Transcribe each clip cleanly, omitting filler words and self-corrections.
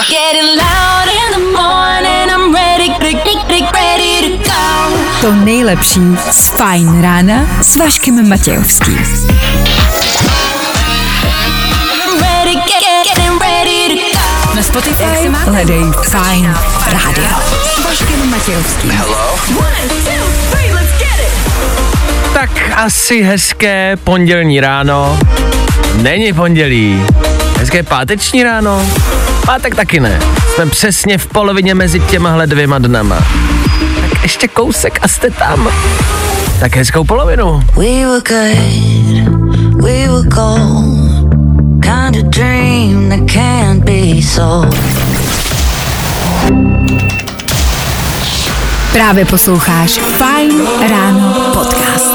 To nejlepší z Fajn rána s Vaškem Matějovským. Na Spotify hledej Fajn rádio. S Vaškem Matějovským. Tak asi hezké pondělní ráno. Není pondělí. Hezké páteční ráno. Pátek taky ne. Jsme přesně v polovině mezi těmahle dvěma dnama. Tak ještě kousek a jste tam. Tak hezkou polovinu. We were good, we were gold, kind of dream that can't be sold. Právě posloucháš Fajn ráno podcast.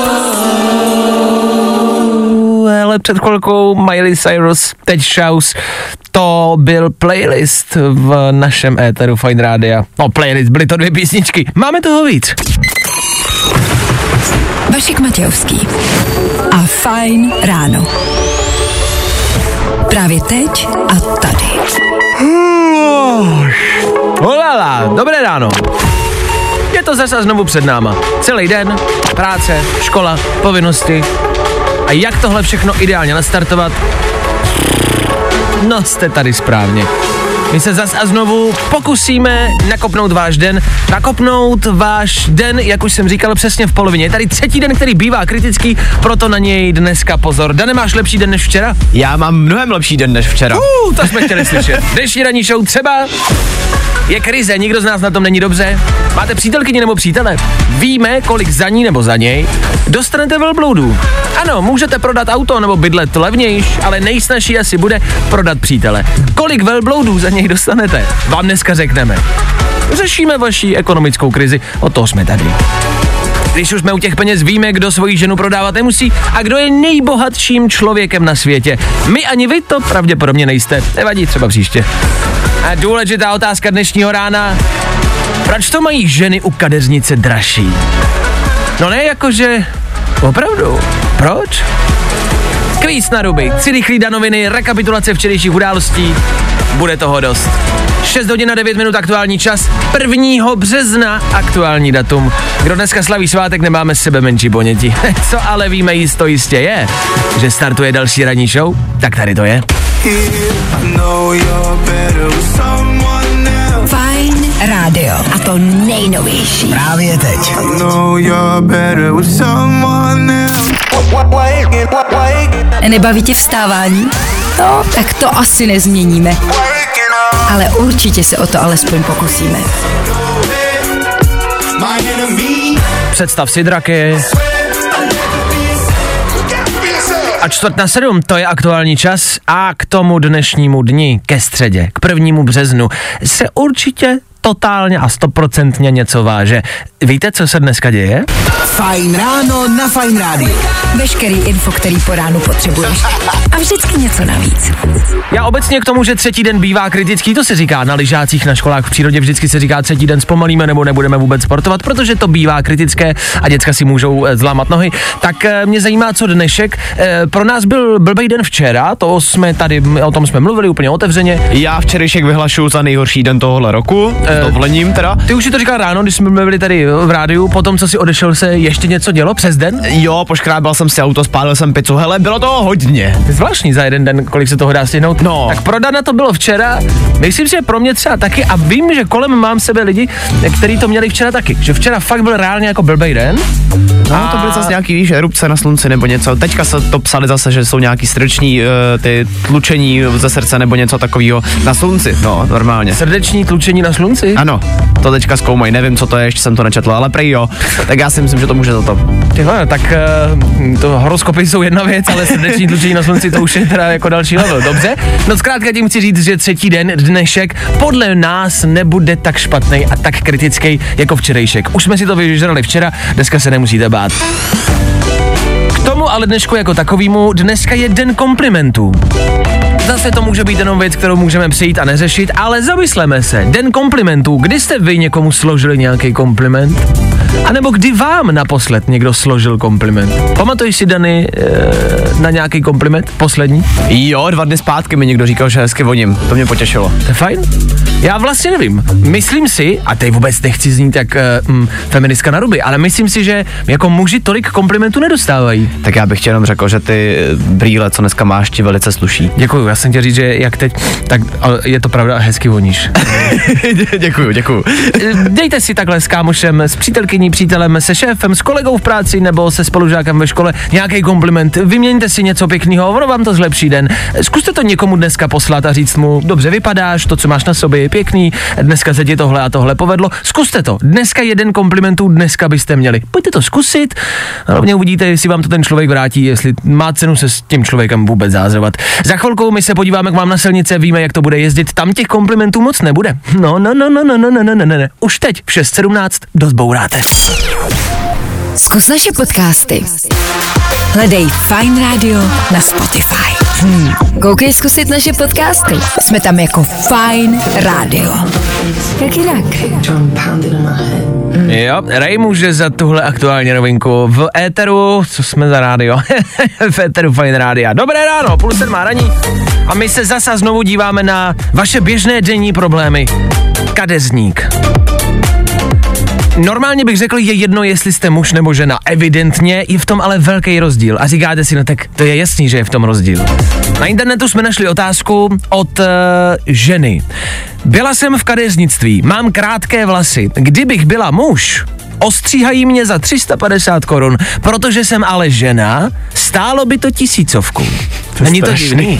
Ale před chvilkou Miley Cyrus, teď Shouse, to byl playlist v našem éteru Fajn rádia. No playlist, byly to 2 písničky. Máme toho víc. Vašek Matějovský a Fajn ráno. Právě teď a tady. Olala, dobré ráno. Je to zase znovu před náma. Celý den, práce, škola, povinnosti. A jak tohle všechno ideálně nastartovat? No, jste tady správně. My se zas a znovu pokusíme nakopnout váš den, jak už jsem říkal, přesně v polovině. Je tady 3. den, který bývá kritický, proto na něj dneska pozor. Dane, máš lepší den než včera? Já mám mnohem lepší den než včera. To jsme chtěli slyšet. Dnešní ranní show třeba je krize, nikdo z nás na tom není dobře. Máte přítelkyni nebo přítele? Víme, kolik za ní nebo za něj dostanete velbloudů. Ano, můžete prodat auto nebo bydlet levnějš, ale nejsnažší asi bude prodat přítele. Kolik velbloudů za něj dostanete? Vám dneska řekneme. Řešíme vaši ekonomickou krizi, od toho jsme tady. Když už jsme u těch peněz, víme, kdo svoji ženu prodávat nemusí a kdo je nejbohatším člověkem na světě. My ani vy to pravděpodobně nejste. Nevadí, třeba příště. A důležitá otázka dnešního rána. Proč to mají ženy u kadeřnice dražší? No ne, jakože opravdu. Proč? Kvíz na ruby, 3 rychlý danoviny, rekapitulace včerejších událostí. Bude toho dost. 6 hodin a 9 minut aktuální čas, 1. března aktuální datum. Kdo dneska slaví svátek, nemáme s sebe menší ponětí. Co ale víme jistě je, že startuje další ranní show, tak tady to je. Fajn rádio a to nejnovější. Právě teď. Nebaví tě vstávání? No, tak to asi nezměníme. Ale určitě se o to alespoň pokusíme. Představ si draky. A 6:45, to je aktuální čas a k tomu dnešnímu dni, ke středě, k 1. březnu, se určitě totálně a 100% něco váže. Víte, co se dneska děje? Fajn ráno na Fajn rádiu. Veškerý info, který po ránu potřebuješ. A vždycky něco navíc. Já obecně k tomu, že 3. den bývá kritický, to se říká na lyžácích, na školách, v přírodě vždycky se říká 3. den zpomalíme nebo nebudeme vůbec sportovat, protože to bývá kritické a děcka si můžou zlámat nohy. Tak mě zajímá, co dnešek. Pro nás byl blbej den včera, to jsme tady, o tom jsme mluvili úplně otevřeně. Já včerejšek vyhlašuju za nejhorší den tohohle roku, s dovolením teda. Ty už si to říkal ráno, když jsme byli tady v rádiu, potom co si odešel, se ještě něco dělo přes den? Jo, poškrábal jsem si auto, spálil jsem pizzu, hele, bylo toho hodně. Zvláštní za jeden den, kolik se toho dá stihnout. No. Tak pro Dana to bylo včera, myslím si, že pro mě třeba taky a vím, že kolem mám sebe lidi, kteří to měli včera taky, že včera fakt byl reálně jako blbej den. No, to byly zase nějaký, víš, erupce na slunci nebo něco. Teďka se to psali zase, že jsou nějaký srdeční ty tlučení ze srdce nebo něco takového na slunci, no, normálně. Srdeční tlučení na slunci? Ano, to teďka zkoumají, nevím, co to je, ještě jsem to nečetl, ale prej jo. Tak já si myslím, že to může za to. Tyhle, tak to horoskopy jsou jedna věc, ale srdeční tlučení na slunci to už je teda jako další level, dobře? No zkrátka tím chci říct, že 3. den, dnešek, podle nás nebude tak špatný a tak kritický jako včerejšek. Už jsme si to vyžrali včera, dneska se nemusíte bát. K tomu ale dnešku jako takovýmu, dneska je den komplimentů. zase to může být jenom věc, kterou můžeme přijít a neřešit, ale zamysleme se. Den komplimentů. Kdy jste vy někomu složili nějaký kompliment? A nebo kdy vám naposled někdo složil kompliment? Pamatuješ si, Dany, na nějaký kompliment? Poslední? Jo, 2 dny zpátky mi někdo říkal, že hezky voním. To mě potěšilo. To je fajn? Já vlastně nevím. Myslím si, a teď vůbec nechci znít jak feministka na ruby, ale myslím si, že jako muži tolik komplimentů nedostávají. Tak já bych ti jenom řekl, že ty brýle, co dneska máš, ti velice sluší. Děkuju, já jsem chtěl říct, že jak teď, tak je to pravda, hezky voníš. Děkuju. Dejte si takhle s kámošem, s přítelkyní, přítelem, se šéfem, s kolegou v práci nebo se spolužákem ve škole nějaký kompliment. Vyměňte si něco pěkného, ono vám to zlepší den. Zkuste to někomu dneska poslat a říct mu, dobře vypadáš, to, co máš na sobě, je pěkný, dneska se ti tohle a tohle povedlo. Zkuste to. Dneska 1 komplimentů dneska byste měli. Pojďte to zkusit. Hlavně uvidíte, jestli vám to ten člověk vrátí, jestli má cenu se s tím člověkem vůbec zázravat. Za chvilku my se podíváme k vám na silnice, víme, jak to bude jezdit. Tam těch komplimentů moc nebude. No. Už teď v 6:17 dost bouráte. Zkus naše podcasty. Hledej Fajn Radio na Spotify. Koukej zkusit naše podcasty. Jsme tam jako Fajn Radio. Jak jinak? Jo, Ray může za tuhle aktuální novinku v éteru, co jsme za rádio? V éteru Fajn Rádia. Dobré ráno, 6:30 raní. A my se zasa znovu díváme na vaše běžné denní problémy. Kadeřník. Normálně bych řekl, je jedno, jestli jste muž nebo žena. Evidentně je v tom ale velký rozdíl. A říkáte si, no tak to je jasný, že je v tom rozdíl. Na internetu jsme našli otázku od ženy. Byla jsem v kadeřnictví, mám krátké vlasy. Kdybych byla muž, ostříhají mě za 350 korun, protože jsem ale žena, stálo by to 1000. Není to divný?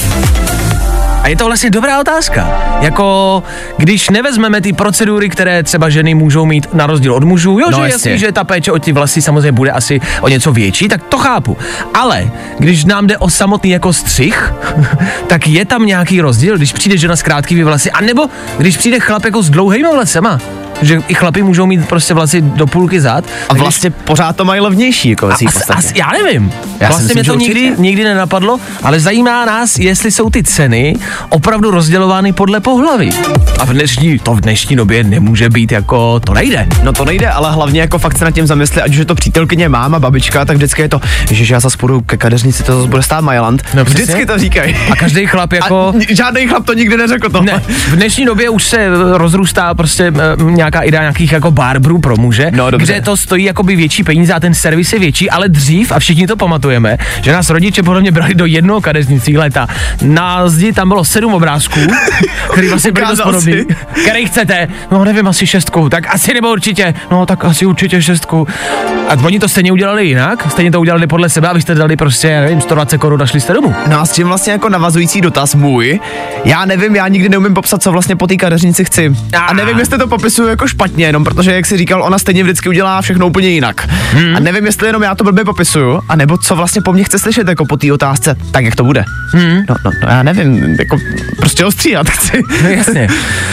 A je to vlastně dobrá otázka. Jako, když nevezmeme ty procedury, které třeba ženy můžou mít na rozdíl od mužů, jo, no, že je jasný, že ta péče o ty vlasy samozřejmě bude asi o něco větší, tak to chápu. Ale když nám jde o samotný jako střih, tak je tam nějaký rozdíl, když přijde žena s krátkými vlasy, anebo když přijde chlap jako s dlouhýma vlasema. Že i chlapi můžou mít prostě vlasy do půlky zad. A vlastně pořád to mají levnější, jako já nevím. Vlastně mě to nikdy nenapadlo, ale zajímá nás, jestli jsou ty ceny opravdu rozdělovány podle pohlaví. A v dnešní době nemůže být jako, to nejde. No to nejde, ale hlavně jako fakt se nad tím zamyslet, ať už je to přítelkyně, máma, babička, tak vždycky je to, že já zase půjdu ke kadeřnici, to zase bude stát Mailand. No, vždycky to říkají. A každý chlap jako... Žádný chlap to nikdy neřekl to. Ne, v dnešní době už se rozrůstá prostě nějaká idea nějakých jako barberů pro muže, no, kde to stojí jakoby větší peníze a ten servis je větší, ale dřív, a všichni to pamatujeme, že nás rodiče podle mě brali do jednoho kadeřnictví léta. Na zdi tam bylo 7 obrázků, který vlastně byly dost podobný. Který chcete? No nevím, asi 6, tak asi nebo určitě, no tak asi určitě 6. A oni to stejně udělali jinak, stejně to udělali podle sebe, abyste dali prostě, nevím, 120 korun a šli jste domů. No a s tím vlastně jako navazující dotaz můj, já nevím, já nikdy neumím popsat, co vlastně po té kadeřnici chci. A nevím, jestli to popisuju jako špatně, jenom protože, jak jsi říkal, ona stejně vždycky udělá všechno úplně jinak. A nevím, jestli jenom já to blbě popisuju, anebo co vlastně po mně chce slyšet jako po té otázce, tak jak to bude. No, já nevím, jako prostě ostříhat chci. No jasně.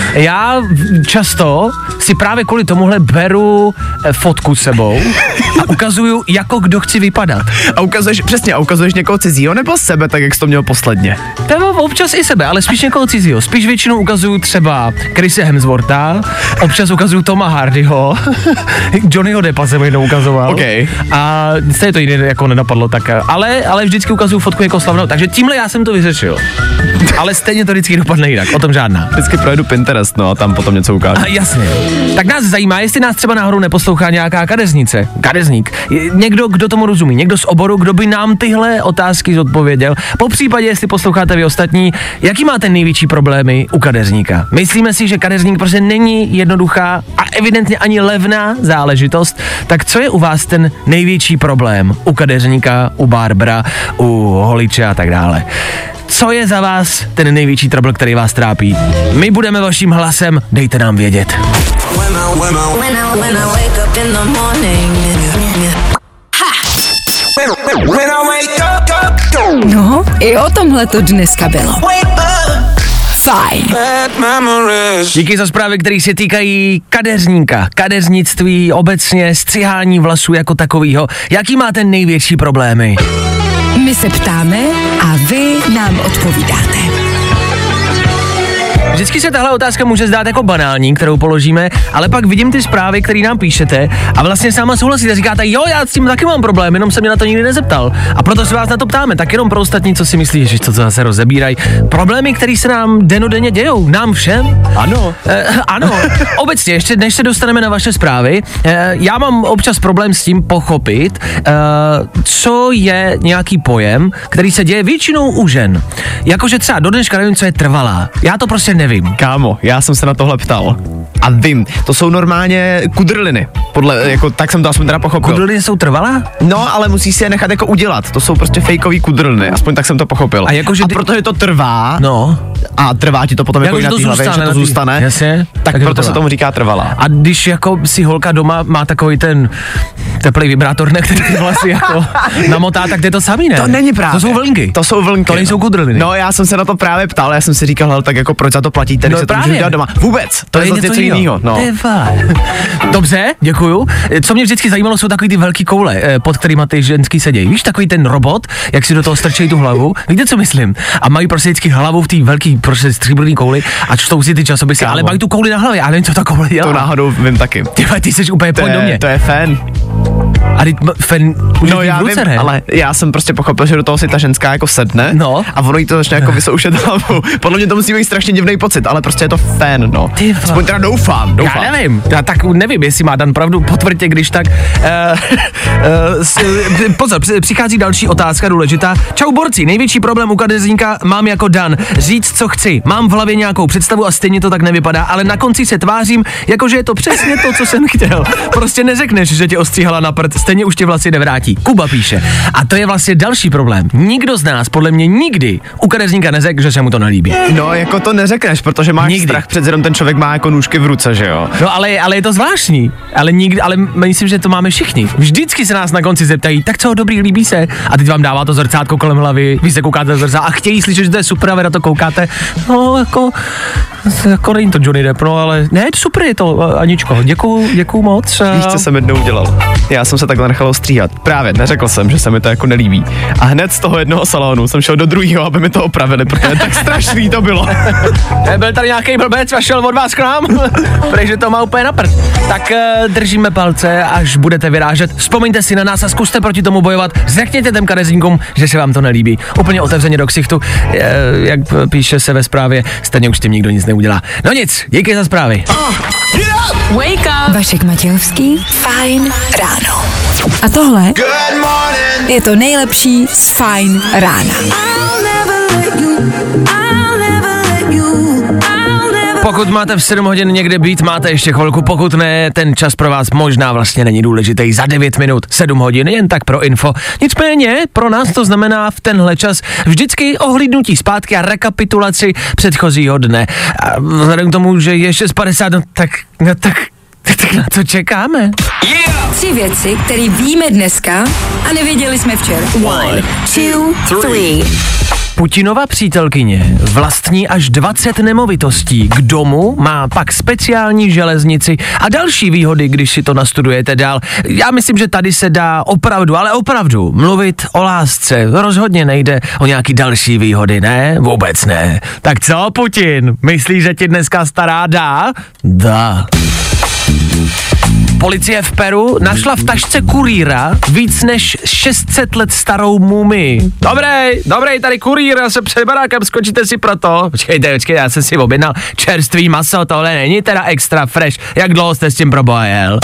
Já často si právě kvůli tomuhle beru fotku sebou a ukazuju, jako kdo chci vypadat. A ukazuješ někoho cizího nebo sebe, tak jak jsi to měl posledně? Občas i sebe, ale spíš někoho cizího. Spíš většinou ukazuju třeba Chrise Hemswortha, občas ukazuju Toma Hardyho, Johnnyho Deppa jsem jednou ukazoval. Okay. A se to jiný jako nenapadlo tak, ale vždycky ukazuju fotku jako slavnou, takže tímhle já jsem to vyřešil. Ale stejně to vždycky dopadne jinak, o tom žádná. Vždycky projedu Pinterest, no a tam potom něco ukážu. Jasně. Tak nás zajímá, jestli nás třeba náhodou neposlouchá nějaká kadeřník. Někdo, kdo tomu rozumí, někdo z oboru, kdo by nám tyhle otázky zodpověděl. Popřípadě, jestli posloucháte vy ostatní, jaký máte největší problémy u kadeřníka? Myslíme si, že kadeřník prostě není jednoduchá a evidentně ani levná záležitost. Tak co je u vás ten největší problém u kadeřníka, u barbera, u holiče a tak dále? Co je za vás ten největší trouble, který vás trápí? My budeme vaším hlasem, dejte nám vědět. No, i o tomhle to dneska bylo. Fajn. Díky za zprávy, které se týkají kadeřníka, kadeřnictví, obecně střihání vlasů jako takovýho. Jaký máte největší problémy? My se ptáme a vy nám odpovídáte. vždycky se tahle otázka může zdát jako banální, kterou položíme, ale pak vidím ty zprávy, které nám píšete a vlastně sama souhlasíte, říkáte, jo, já s tím taky mám problém, jenom se mě na to nikdy nezeptal. A proto se vás na to ptáme, tak jenom pro ostatní, co si myslí, že to zase rozebírají. Problémy, které se nám dennodenně dějou, nám všem? Ano. Ano. Obecně, ještě než se dostaneme na vaše zprávy, já mám občas problém s tím pochopit, co je nějaký pojem, který se děje většinou u žen. Jakože třeba do dneška nevím, co je trvalá. Já to prostě nevím. Kámo, já jsem se na tohle ptal. A vím, to jsou normálně kudrliny. Tak jsem to aspoň teda pochopil. Kudrliny jsou trvalá? No, ale musí si je nechat jako udělat. To jsou prostě fejkový kudrliny, aspoň tak jsem to pochopil. A protože to trvá. No. A trvá ti to potom jako i na té hlavě, že to zůstane. Jasně. Tak proto se tomu říká trvalá. A když jako si holka doma má takový ten teplý vibrátor, který ty vlasy jako namotá, tak to je to samý, ne? To není právě. To jsou vlnky. To jsou vlnky. To nejsou kudrliny. No, já jsem se na to právě ptal, já jsem si říkal, hele, tak jako proč za to platíte, když se to můžeš dělat doma. Vůbec. To je něco jiného. No. Dobře, děkuju. Co mě vždycky zajímalo, jsou takový ty velký koule, pod kterýma ty ženský sedějí. Víš, takový ten robot, jak si do toho strčejí tu hlavu. Víte, co myslím? A mají prostě vždycky hlavu v té velký prostě stříbrný kouli a čtou si ty časopisy, ale mají tu kouli na hlavě. Já nevím, co ta koule dělá. To náhodou vím taky. Ty jsi úplně pojď do mě. To je fén. A fen už no, já ruce, vím, ne? ale já jsem prostě pochopil, že do toho si ta ženská jako sedne, no. A ono jí to začne jako vysoušet hlavu. Podle mě to musí být strašně divný pocit, ale prostě je to fén, no. Aspoň teda doufám. Já nevím, tak nevím, jestli má Dan pravdu, potvrďte, když tak. Pozor, přichází další otázka důležitá. Čau borci, největší problém u kadeřníka mám jako Dan. Říct, co chci. Mám v hlavě nějakou představu a stejně to tak nevypadá, ale na konci se tvářím, jakože je to přesně to, co jsem chtěl. Prostě neřekneš, že tě ostříhala na prd, stejně už tě vlasy nevrátí. Kuba píše. A to je vlastně další problém. Nikdo z nás podle mě nikdy u kadeřníka neřekl, že se mu to nelíbí. No, jako to neřekneš, protože máš strach, před jenom ten člověk má jako nůžky v ruce, že jo? No, ale je to zvláštní. Ale myslím, že to máme všichni. Vždycky se nás na konci zeptají, tak co, dobrý, líbí se? A teď vám dává to zrcátko kolem hlavy, vy se koukáte do zrcadla a chtějí slyšet, že to je super a vy na to koukáte. No, jako není to Johnny Depp, no, ale ne, super je to, Aničko, děkuju moc. Víš, co jsem jednou udělal? Já jsem se takhle nechal ostříhat. Právě, neřekl jsem, že se mi to jako nelíbí. A hned z toho jednoho salonu jsem šel do druhého, aby mi to opravili, protože tak strašný to bylo. Byl tady nějaký blbec a šel od vás k nám, protože to má úplně na prd. Tak držíme palce, až budete vyrážet. Vzpomeňte si na nás a zkuste proti tomu bojovat. Řekněte těm kadeřníkům, že se vám to nelíbí. Úplně otevřeně do ksichtu, jak píše se ve zprávě, stejně už tím nikdo nic neudělá. No nic, díky za zprávy. Wake up! Vašek Matějovský, Fajn ráno. A tohle je to nejlepší z Fajn rána. Pokud máte v 7 hodin někde být, máte ještě chvilku, pokud ne, ten čas pro vás možná vlastně není důležitý. Za 9 minut, 7 hodin, jen tak pro info. Nicméně, pro nás to znamená v tenhle čas vždycky ohlídnutí zpátky a rekapitulaci předchozího dne. A vzhledem k tomu, že je 6:50, tak na co čekáme? Yeah! 3 věci, které víme dneska a nevěděli jsme včera. 1, 2, 3. Putinova přítelkyně vlastní až 20 nemovitostí. K domu má pak speciální železnici a další výhody, když si to nastudujete dál. Já myslím, že tady se dá opravdu, ale opravdu mluvit o lásce. Rozhodně nejde o nějaký další výhody, ne? Vůbec ne. Tak co, Putin? Myslíš, že ti dneska stará dá? Dá. Policie v Peru našla v tašce kurýra víc než 600 let starou mumii. Dobrý, tady kurýr, já se před barákem, skočíte si pro to. Počkejte, já jsem si objednal čerstvý maso, tohle není teda extra fresh. Jak dlouho jste s tím proboha jel?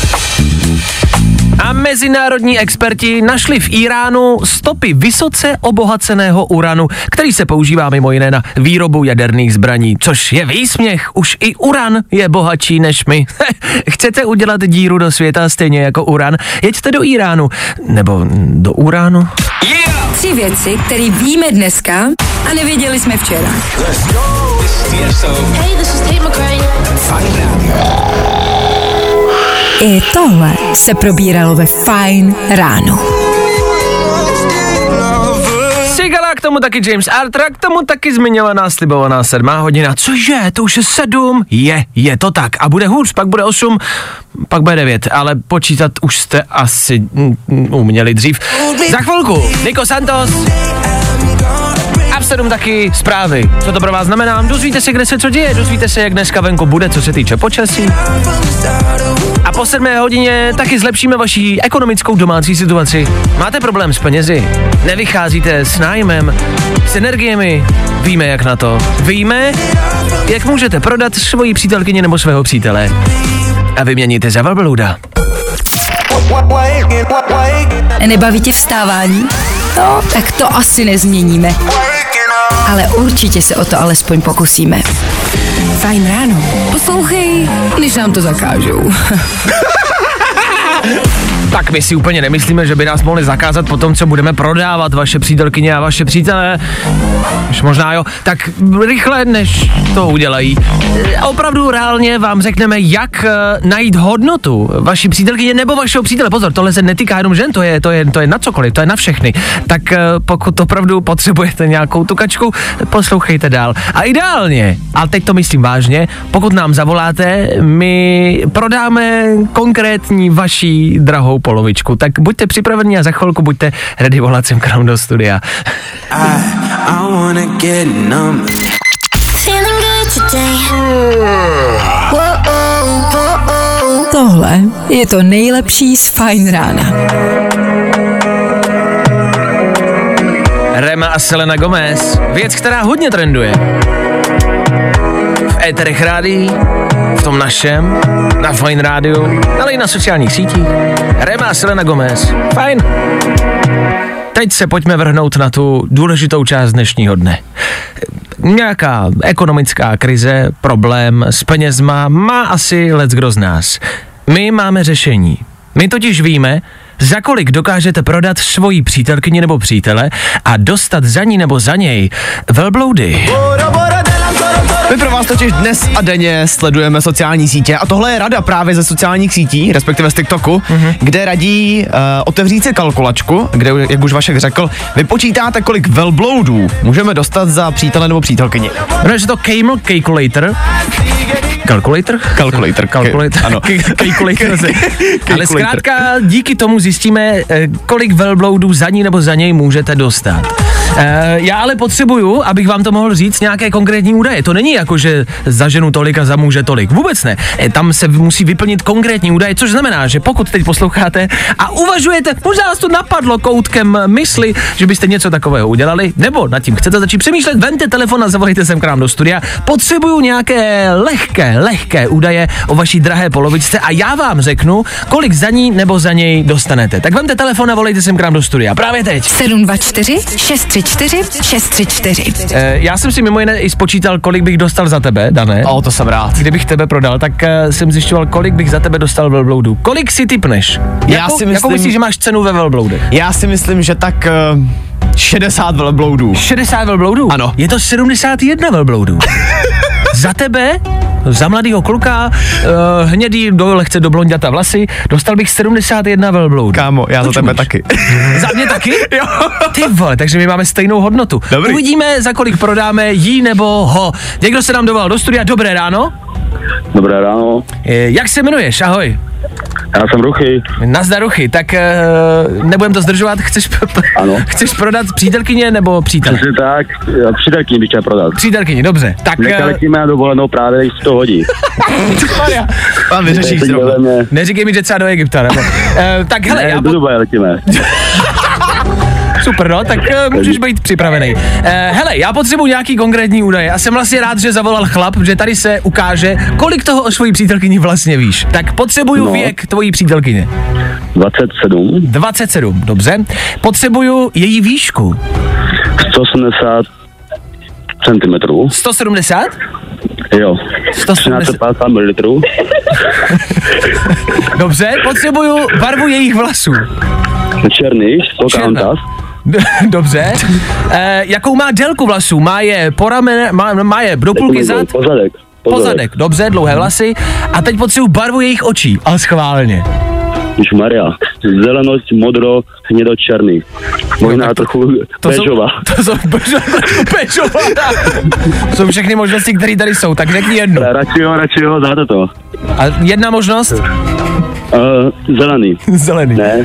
A mezinárodní experti našli v Iránu stopy vysoce obohaceného uranu, který se používá mimo jiné na výrobu jaderných zbraní, což je výsměch, už i uran je bohatší než my. Chcete udělat díru do světa stejně jako uran? Jeďte do Iránu, nebo do uránu. Yeah! 3 věci, které víme dneska a nevěděli jsme včera. Hey, this is Tate McRae. I tohle se probíralo ve Fajn ráno. Sigala, k tomu taky James Arthur, k tomu taky zmiňovaná slibovaná 7 hodina. Cože, to už je 7? Je to tak. A bude hůř, pak bude 8, pak bude 9, ale počítat už jste asi uměli dřív. Za chvilku, Nico Santos A v 7 taky zprávy. Co to pro vás znamená? Dozvíte se, kde se co děje, dozvíte se, jak dneska venku bude, co se týče počasí. A po 7 hodině taky zlepšíme vaši ekonomickou domácí situaci. Máte problém s penězi? Nevycházíte s nájmem, s energiemi? Víme, jak na to. Víme, jak můžete prodat svoji přítelkyni nebo svého přítele. A vyměníte za velblouda. Nebaví tě vstávání? No, tak to asi nezměníme. Ale určitě se o to alespoň pokusíme. Fajn ráno. Poslouchej, než nám to zakážou. Tak my si úplně nemyslíme, že by nás mohli zakázat po tom, co budeme prodávat vaše přítelkyně a vaše přítele. Už možná jo. Tak rychle, než to udělají. Opravdu reálně vám řekneme, jak najít hodnotu vaší přítelkyně nebo vašeho přítele. Pozor, tohle se netýká jenom žen, to je na cokoliv, to je na všechny. Tak pokud opravdu potřebujete nějakou tukačku, poslouchejte dál. A ideálně, ale teď to myslím vážně, pokud nám zavoláte, my prodáme konkrétní vaší drahou polovičku. Tak buďte připraveni a za chvilku buďte ready volat sem k nám do studia. Tohle je to nejlepší z Fajn rána. Rema a Selena Gomez. Věc, která hodně trenduje. V éterech rádií, v tom našem, na Fajn rádiu, ale i na sociálních sítích. Rema a Selena Gomez. Fajn. Teď se pojďme vrhnout na tu důležitou část dnešního dne. Nějaká ekonomická krize, problém s penězma má asi leckdo z nás. My máme řešení. My totiž víme, za kolik dokážete prodat svoji přítelkyni nebo přítele a dostat za ní nebo za něj velbloudy. My pro vás totiž dnes a denně sledujeme sociální sítě a tohle je rada právě ze sociálních sítí, respektive z TikToku, kde radí otevřít si kalkulačku, kde, jak už Vašek řekl, vypočítáte, kolik velbloudů můžeme dostat za přítele nebo přítelkyni. Jmenuje se to Camel Calculator. Calculator? Ano. Calculator. Ale zkrátka díky tomu zjistíme, kolik velbloudů za ní nebo za něj můžete dostat. Já ale potřebuju, abych vám to mohl říct, nějaké konkrétní údaje. To není jako, že za ženu tolik a za muže tolik. Vůbec ne. Tam se musí vyplnit konkrétní údaje, což znamená, že pokud teď posloucháte a uvažujete, možná vás to napadlo koutkem mysli, že byste něco takového udělali, nebo nad tím chcete začít přemýšlet, vemte telefon a zavolejte sem k nám do studia. Potřebuju nějaké lehké údaje o vaší drahé polovičce a já vám řeknu, kolik za ní nebo za něj dostanete. Tak vemte telefon a volejte sem k nám do studia. Právě teď. 724 634 634. Já jsem si mimo jiné i spočítal, kolik bych dostal za tebe, Dané. To jsem rád. Kdybych tebe prodal, tak jsem zjišťoval, kolik bych za tebe dostal velbloudů. Kolik si tipneš? Jakou myslíš, že máš cenu ve velbloudech? Já si myslím, že tak 60 velbloudů. 60 velbloudů? Ano. Je to 71 velbloudů. Za tebe, za mladýho kluka, hnědý, lehce do blonďata vlasy, dostal bych 71 velbloudů. Kámo, já za tebe taky. Za mě taky? Jo. Ty vole, takže my máme stejnou hodnotu. Dobrý. Uvidíme, za kolik prodáme jí nebo ho. Někdo se nám dovolal do studia, dobré ráno. Dobré ráno. Jak se jmenuješ? Ahoj. Já jsem Ruchy. Nazdar Ruchy, tak nebudem to zdržovat, chceš prodat přítelkyně nebo přítele? Přesně tak, přítelkyni bych chtěl prodat. Přítelkyni, dobře. Tak letíme na dovolenou právě, když to hodí. Maria. Pan vyřešíš zrovna. Neříkej mi, že třeba do Egypta, nebo? Tak hele, do Dubaje letíme. Super, no, tak můžeš být připravený. Hele, já potřebuji nějaký konkrétní údaje a jsem vlastně rád, že zavolal chlap, že tady se ukáže, kolik toho o svojí přítelkyni vlastně víš. Tak potřebuju věk tvojí přítelkyně. 27. 27, dobře. Potřebuju její výšku. 170 centimetrů. 170? Jo. 170 ml. Dobře, potřebuju barvu jejich vlasů. Černý, Pocahontas. Dobře. Jakou má délku vlasů? Má je po ramene, má je do půlky zad? Pozadek. Dobře, dlouhé vlasy. A teď potřebuji barvu jejich očí. Ale schválně. Maria. Zelenost, modro, hnědo, černý. Možná trochu bežová. To jsou bežová. Jsou všechny možnosti, které tady jsou, tak řekni jednu. Radši ho, dáte to. A jedna možnost? Zelený. Zelený. Ne.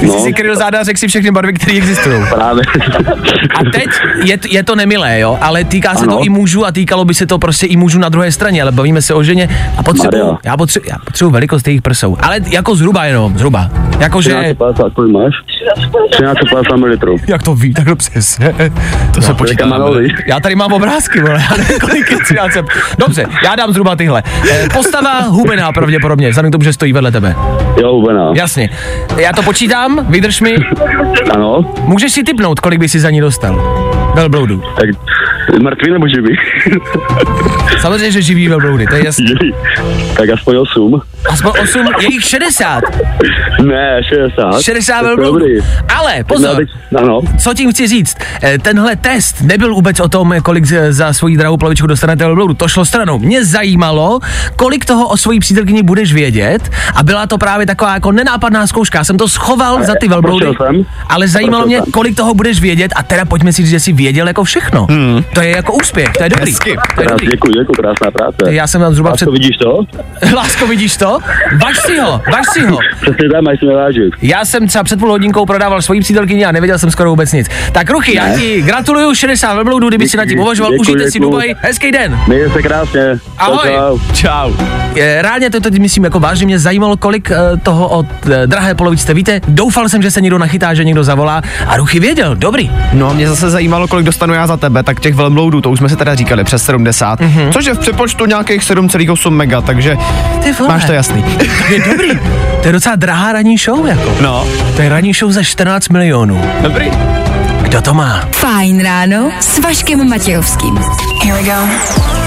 Ty jsi si kryl záda a řekl si všechny barvy, které existují. Právě. A teď je to nemilé, jo, ale týká se to i mužů a týkalo by se to prostě i mužů na druhé straně, ale bavíme se o ženě a já potřebuji velikost jejich prsou, ale jako zhruba. Jakože... 1350, kolik máš? 1350 ml. Jak to ví, tak přesně. To se počítá. Já tady mám obrázky, vole, já nevím, kolik je 13. Dobře, já dám zhruba tyhle. Postava hubená pravděpodobně, vzhledem k tomu, že stojí vedle tebe. Jo, hubená. Jasně. Já to počítám, vydrž mi. Ano. Můžeš si tipnout, kolik by si za ní dostal? Velbloudu. Tak mrtvý nebo živý? Samozřejmě, že živý velbloudy, to je jasný. Tak aspoň 8. Aspoň 8, je jich 60. Ne, 60. 60 velbloudů. Ale pozor, co tím chci říct, tenhle test nebyl vůbec o tom, kolik za svoji drahou polovičku dostanete velbloudu, to šlo stranou. Mě zajímalo, kolik toho o svojí přítelkyni budeš vědět a byla to právě taková jako nenápadná zkouška. Já jsem to schoval za ty velbloudy, ale zajímalo mě, kolik toho budeš vědět a teda pojďme si říct, že jsi věděl jako všechno. To je jako úspěch, to je dobrý. Děkuji, krásná práce. Já jsem tam zhruba Lásko, vidíš to? Lásko, vidíš to? Važ si ho. Přesně tam, máš mě vážit. Já jsem třeba před půl hodinkou prodával svoji přítelkyni a nevěděl jsem skoro vůbec nic. Tak Ruchy, já ti gratuluju, 60 velbloudů, kdyby si na tím uvažoval, užijte si Dubaj, hezký den. Mějte se krásně. Ahoj. Čau. Ráně to teď myslím jako vážně, mě zajímalo, kolik toho od drahé polovičce víte. Doufal jsem, že se někdo nachytá, že někdo zavolá a Ruchy věděl, dobrý. No, mě zase zajímalo, kolik dostanu já za tebe, tak těch velbloudů, to už jsme se teda říkali, přes 70, což je v přepočtu nějakých 7,8 mega, takže máš to jasný. Je dobrý, to je docela drahá ranní show, jako. No. To je ranní show za 14 milionů. Dobrý. Kdo to má? Fajn ráno s Vaškem Matějovským. Here we go.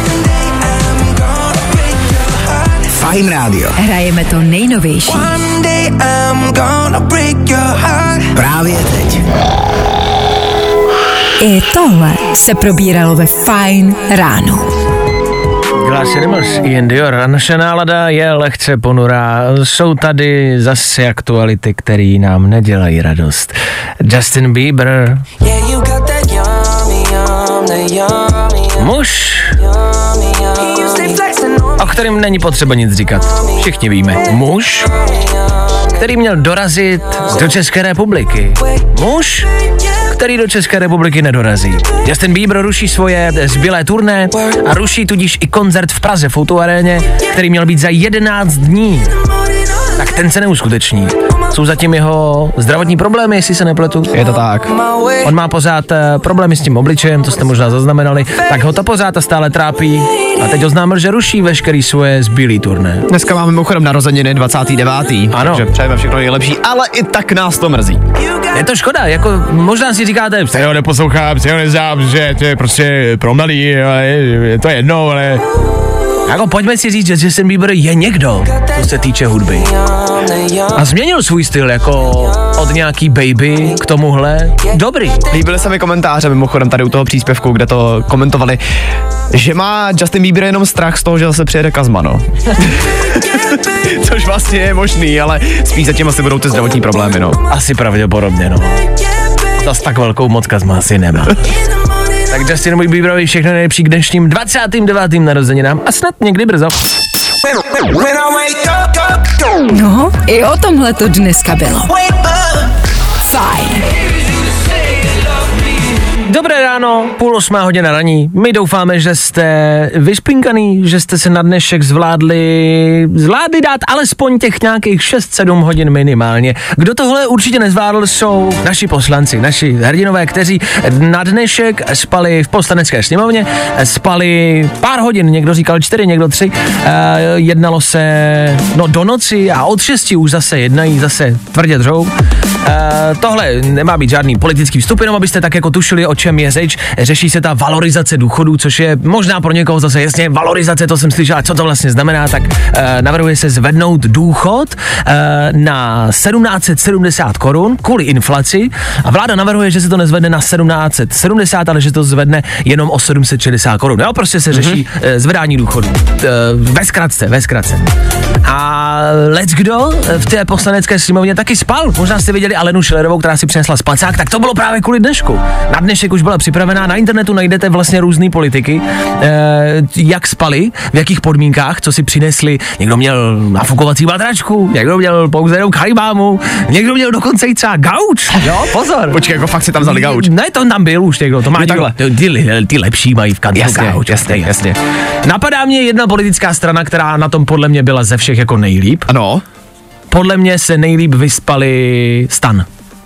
Fajn rádio. Hrajeme to nejnovější. Právě teď. I tohle se probíralo ve Fajn ráno. Glass Animals, Ian Dior. A naše nálada je lehce ponurá. Jsou tady zase aktuality, které nám nedělají radost. Justin Bieber. Muž, o kterým není potřeba nic říkat. Všichni víme. Muž, který měl dorazit do České republiky. Muž, který do České republiky nedorazí. Justin Bieber ruší svoje zbylé turné a ruší tudíž i koncert v Praze v O2 aréně, který měl být za 11 dní. Tak ten se neuskuteční. Jsou zatím jeho zdravotní problémy, jestli se nepletu. Je to tak. On má pořád problémy s tím obličejem, to jste možná zaznamenali, tak ho to pořád a stále trápí. A teď oznámil, že ruší veškerý svoje zbylý turné. Dneska máme mimochodem narozeniny 29. Ano. Takže přejeme všechno nejlepší, ale i tak nás to mrzí. Je to škoda, jako možná si říkáte, se ho neposlouchám, se ho neznám, že to je prostě pro mladý, ale je to jedno, ale... Jako pojďme si říct, že Justin Bieber je někdo, co se týče hudby. A změnil svůj styl jako od nějaký baby k tomuhle. Dobrý. Líbily se mi komentáře mimochodem tady u toho příspěvku, kde to komentovali, že má Justin Bieber jenom strach z toho, že zase přijede Kazma, no. Což vlastně je možný, ale spíš zatím asi budou ty zdravotní problémy, no. Asi pravděpodobně, no. Zas tak velkou moc Kazma asi nemá. Tak Justinovi Bieberovi všechno nejlepší k dnešním 29. narozeninám a snad někdy brzo. No, i o tomhle to dneska bylo. Fajn. Dobré ráno, 7:30 raní. My doufáme, že jste vyšpinkaný, že jste se na dnešek zvládli dát alespoň těch nějakých 6-7 hodin minimálně. Kdo tohle určitě nezvládl, jsou naši poslanci, naši hrdinové, kteří na dnešek spali v Poslanecké sněmovně, spali pár hodin, někdo říkal 4, někdo 3, jednalo se do noci a od 6 už zase jednají, zase tvrdě dřou. Tohle nemá být žádný politický vstup, jenom abyste tak jako tušili, o čem je řeč. Řeší se ta valorizace důchodů, což je možná pro někoho zase jasně valorizace, to jsem slyšel, co to vlastně znamená, tak navrhuje se zvednout důchod na 1770 korun kvůli inflaci a vláda navrhuje, že se to nezvedne na 1770, ale že to zvedne jenom o 760 korun. Jo, prostě se řeší zvedání důchodu. Ve zkratce. A leckdo v té poslanecké sněmovně taky spal. Možná jste viděli Alenu Schillerovou, která si přinesla spacák, tak to bylo právě kvůli dnešku. Na dnešek už byla připravená, na internetu najdete vlastně různý politiky, jak spali, v jakých podmínkách, co si přinesli. Někdo měl nafukovací matračku, někdo měl pouze jenom kajmámu, někdo měl dokonce i třeba gauč. Jo, pozor. Počkej, jako fakt si tam vzali gauč. Ne, to tam byl už někdo, to má takhle. ty lepší mají v kantinu gauč. Jasně. Napadá mě jedna politická strana, která na tom podle mě byla ze všech jako nejlíp. Ano. Podle mě se nejlíp vyspali STAN.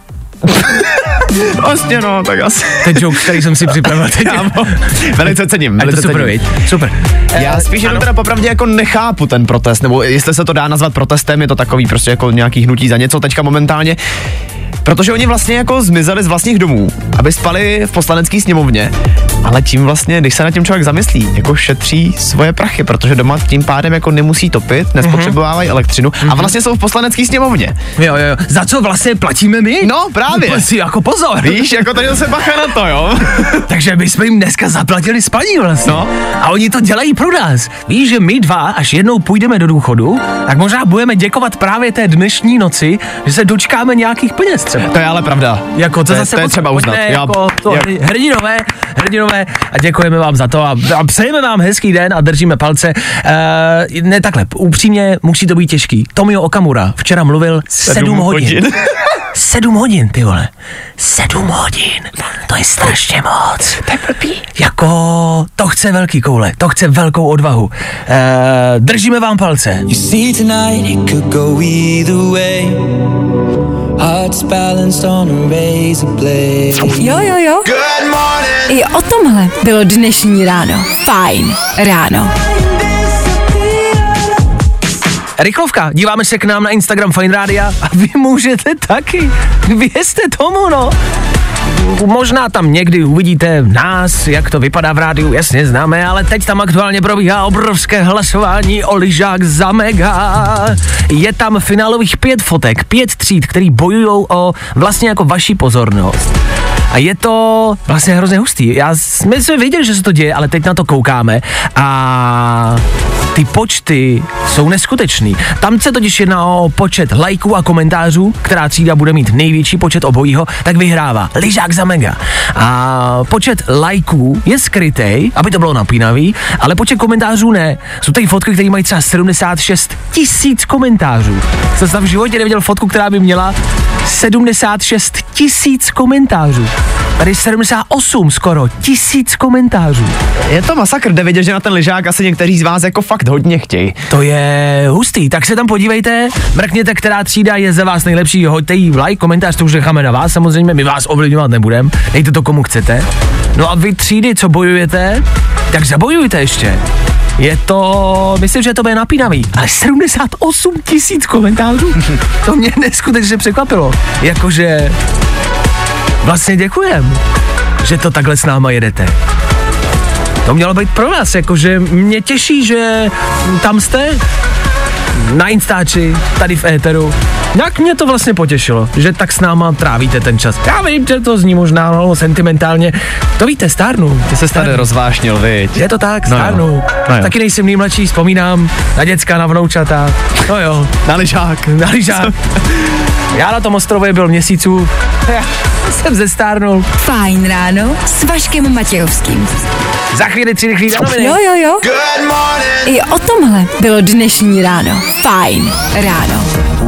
Vlastně no, tak asi. Ten joke, který jsem si připravil teď. Velice cením, Je to super, viď? Super. Já spíš jenom teda popravdě jako nechápu ten protest, nebo jestli se to dá nazvat protestem, je to takový prostě jako nějaký hnutí za něco teďka momentálně. Protože oni vlastně jako zmizeli z vlastních domů, aby spali v poslanecké sněmovně, ale tím vlastně, když se na tím člověk zamyslí, jako šetří svoje prachy, protože doma tím pádem jako nemusí topit, nespotřebovávají elektřinu a vlastně jsou v poslanecké sněmovně. Jo. Za co vlastně platíme my? No právě. Si jako pozor. Víš, jako tady se bacha na to, jo. Takže my jsme jim dneska zaplatili spaní vlastně. No. A oni to dělají pro nás. Víš, že my dva, až jednou půjdeme do důchodu, tak možná budeme děkovat právě té dnešní noci, že se dočkáme nějakých peněz třeba. To je ale pravda. Jako to je třeba uznat. Jako to, hrdinové a děkujeme vám za to a přejeme vám hezký den a držíme palce. Ne takhle, upřímně musí to být těžký. Tomio Okamura včera mluvil 7 hodin. 7 hodin, ty vole. 7 hodin. To je strašně moc. To je blbý. Jako, to chce velký koule, to chce velkou odvahu. Držíme vám palce. You see tonight it could go either way. Hearts balanced on a razor blade. Jo. Good morning. I o tomhle bylo dnešní ráno. Fajn ráno. Rychlovka, díváme se k nám na Instagram Fajn Rádia a vy můžete taky. Věřte tomu, no. Možná tam někdy uvidíte nás, jak to vypadá v rádiu, jasně známe, ale teď tam aktuálně probíhá obrovské hlasování o lyžák za mega. Je tam finálových 5 fotek, 5 tříd, který bojujou o vlastně jako vaši pozornost. A je to vlastně hrozně hustý. My jsme věděli, že se to děje, ale teď na to koukáme a ty počty jsou neskutečný. Tam se totiž jedná o počet lajků a komentářů, která třída bude mít největší počet obojího, tak vyhrává lyžák za mega. A počet lajků je skrytej, aby to bylo napínavý, ale počet komentářů ne. Jsou tady fotky, které mají třeba 76 000 komentářů. Jsem tam v životě neviděl fotku, která by měla 76 000 komentářů. Tady 78 skoro 1000 komentářů. Je to masakr, jde vidět, že na ten lyžák asi někteří z vás jako fakt hodně chtějí. To je hustý, tak se tam podívejte, mrkněte, která třída je za vás nejlepší, hoďte jí like, komentář, to už necháme na vás samozřejmě, my vás ovlivňovat nebudeme, dejte to komu chcete. No a vy třídy, co bojujete, tak zabojujte ještě. Je to, myslím, že to bude napínavý, ale 78 000 komentářů, to mě neskutečně překvapilo, jakože vlastně děkujem, že to takhle s náma jedete. To mělo být pro nás, jakože mě těší, že tam jste na Instači, tady v éteru. Jak mě to vlastně potěšilo, že tak s náma trávíte ten čas. Já vím, že to zní možná sentimentálně. To víte, stárnu. Ty se tady rozvášnil, viď? Je to tak, stárnu. No jo. Taky nejsem nejmladší, vzpomínám na děcka, na vnoučata. No jo. Na lyžák. Já na tom ostrově byl měsíců. Já jsem zestárnul. Fajn ráno s Vaškem Matějovským. Za chvíli 3 rychlý noviny. Jo. Good morning. I o tomhle bylo dnešní ráno. Fajn ráno.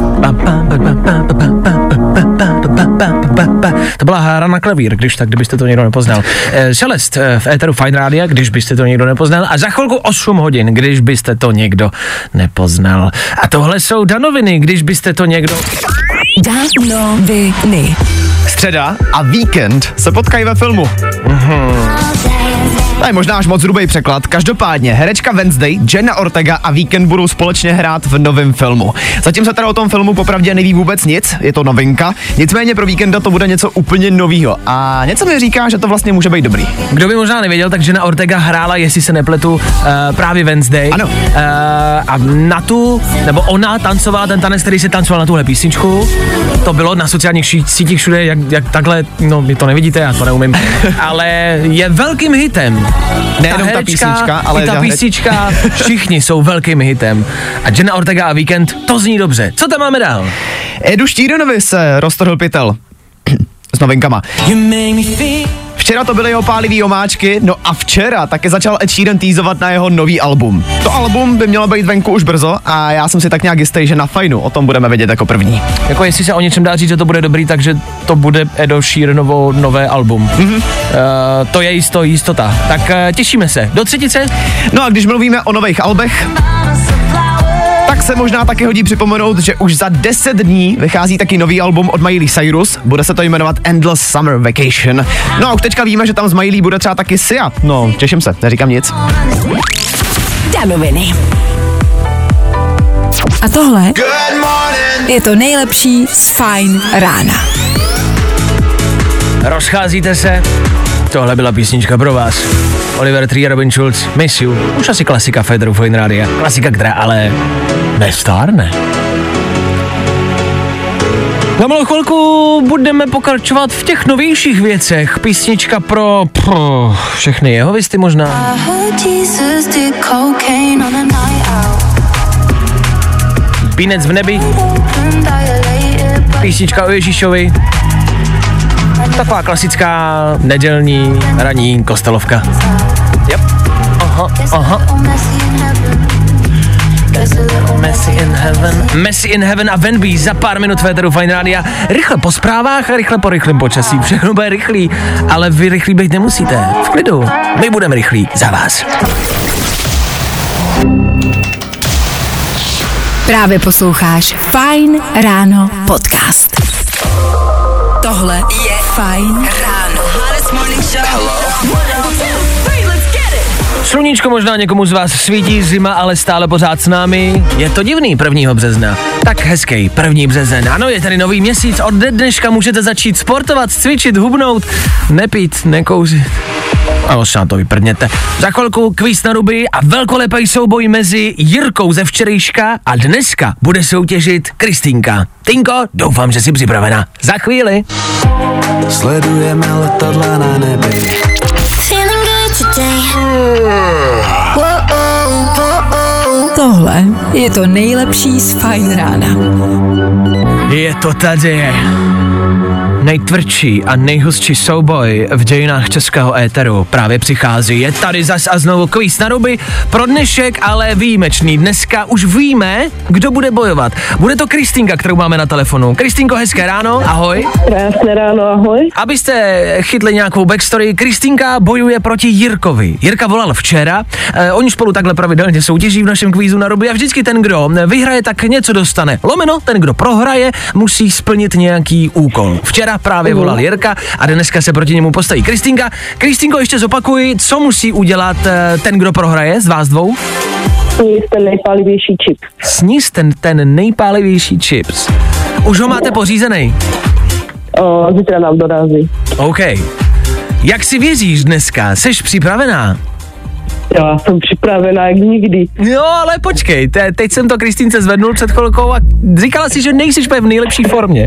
To byla hra na klavír, kdybyste to někdo nepoznal. Šelest v éteru Fajn Rádia, když byste to někdo nepoznal. A za chvilku 8 hodin, když byste to někdo nepoznal. A tohle jsou danoviny, když byste to někdo... Danoviny. Středa a víkend se potkají ve filmu. To je možná až moc hrubý překlad. Každopádně herečka Wednesday, Jenna Ortega a Weekend budou společně hrát v novém filmu. Zatím se teda o tom filmu popravdě neví vůbec nic, je to novinka, nicméně pro Weekenda to bude něco úplně novýho a něco mi říká, že to vlastně může být dobrý. Kdo by možná nevěděl, tak Jenna Ortega hrála, jestli se nepletu, právě Wednesday. Ano. A na tu, nebo ona tancovala ten tanec, který se tancoval na tuhle písničku. To bylo na sociálních sítích všude, jak takhle, no vy to nevidíte, já to neumím, ale je velkým hitem. Nejenom ta písnička, ale i ta písnička, všichni jsou velkým hitem. A Jenna Ortega a Weekend, to zní dobře. Co tam máme dál? Edu Sheeranovi se roztrhl pytel s novinkama. Včera to byly jeho pálivý omáčky, no a včera taky začal Ed Sheeran teasovat na jeho nový album. To album by mělo být venku už brzo a já jsem si tak nějak jistý, že na Fajnu o tom budeme vědět jako první. Jako jestli se o něčem dá říct, že to bude dobrý, takže to bude Edo Sheeranovo nové album. To je jistota. Tak těšíme se. Do třetice? No a když mluvíme o nových albech, tak se možná taky hodí připomenout, že už za 10 dní vychází taky nový album od Miley Cyrus, bude se to jmenovat Endless Summer Vacation. No a už teďka víme, že tam z Miley bude třeba taky Sia. No, těším se, neříkám nic. Danoviny. A tohle je to nejlepší z Fajn rána. Rozcházíte se? Tohle byla písnička pro vás. Oliver Tree a Robin Schulz, Miss You. Už asi klasika Federu Fajn rádia. Klasika, která ale nestárne. Za malou chvilku budeme pokračovat v těch novějších věcech. Písnička pro všechny jehovisty možná. Pínec v nebi. Písnička o Ježíšovi. Taková klasická nedělní ranní kostelovka. Yep. Messi in Heaven a Venby za pár minut Féteru Fajn rádia. Rychle po zprávách a rychle po rychlém počasí. Všechno bude rychlý, ale vy rychlí být nemusíte. V klidu. My budeme rychlí za vás. Právě posloucháš Fajn ráno podcast. Tohle je Fajn ráno. Sluníčko možná někomu z vás svítí, zima ale stále pořád s námi. Je to divný 1. března. Tak hezký 1. březen. Ano, je tady nový měsíc. Od dneška můžete začít sportovat, cvičit, hubnout, nepít, nekouřit. A možná to vyprdněte. Za chvilku kvíz na ruby a velkolepý souboj mezi Jirkou ze včerejška a dneska bude soutěžit Kristýnka. Tinko, doufám, že jsi připravená. Za chvíli. Sledujeme letadla na nebi. Tohle je to nejlepší z Fajn rána. Je to tady. Nejtvrdší a nejhustší souboj v dějinách českého éteru právě přichází. Je tady zas a znovu kvíz na ruby pro dnešek, ale výjimečný. Dneska už víme, kdo bude bojovat. Bude to Kristýnka, kterou máme na telefonu. Kristýnko, hezké ráno, ahoj. Krásné ráno, ahoj. Abyste chytli nějakou backstory, Kristýnka bojuje proti Jirkovi. Jirka volal včera, oni spolu takhle pravidelně soutěží v našem kvízu na ruby a vždycky ten, kdo vyhraje, tak něco dostane. Lomeno, ten, kdo prohraje, musí splnit nějaký úkol. Včera právě volal Jirka a dneska se proti němu postaví Kristýnka. Kristýnko, ještě zopakuj, co musí udělat ten, kdo prohraje z vás dvou? Sníst ten nejpálivější čip. Sníst ten nejpálivější chips. Už ho máte pořízený? Zítra nám dorazí. OK. Jak si věříš dneska? Seš připravená? Já jsem připravená jak nikdy. Jo, ale počkej, teď jsem to Kristýnce zvednul před chvilkou a říkala si, že nejsiš v nejlepší formě.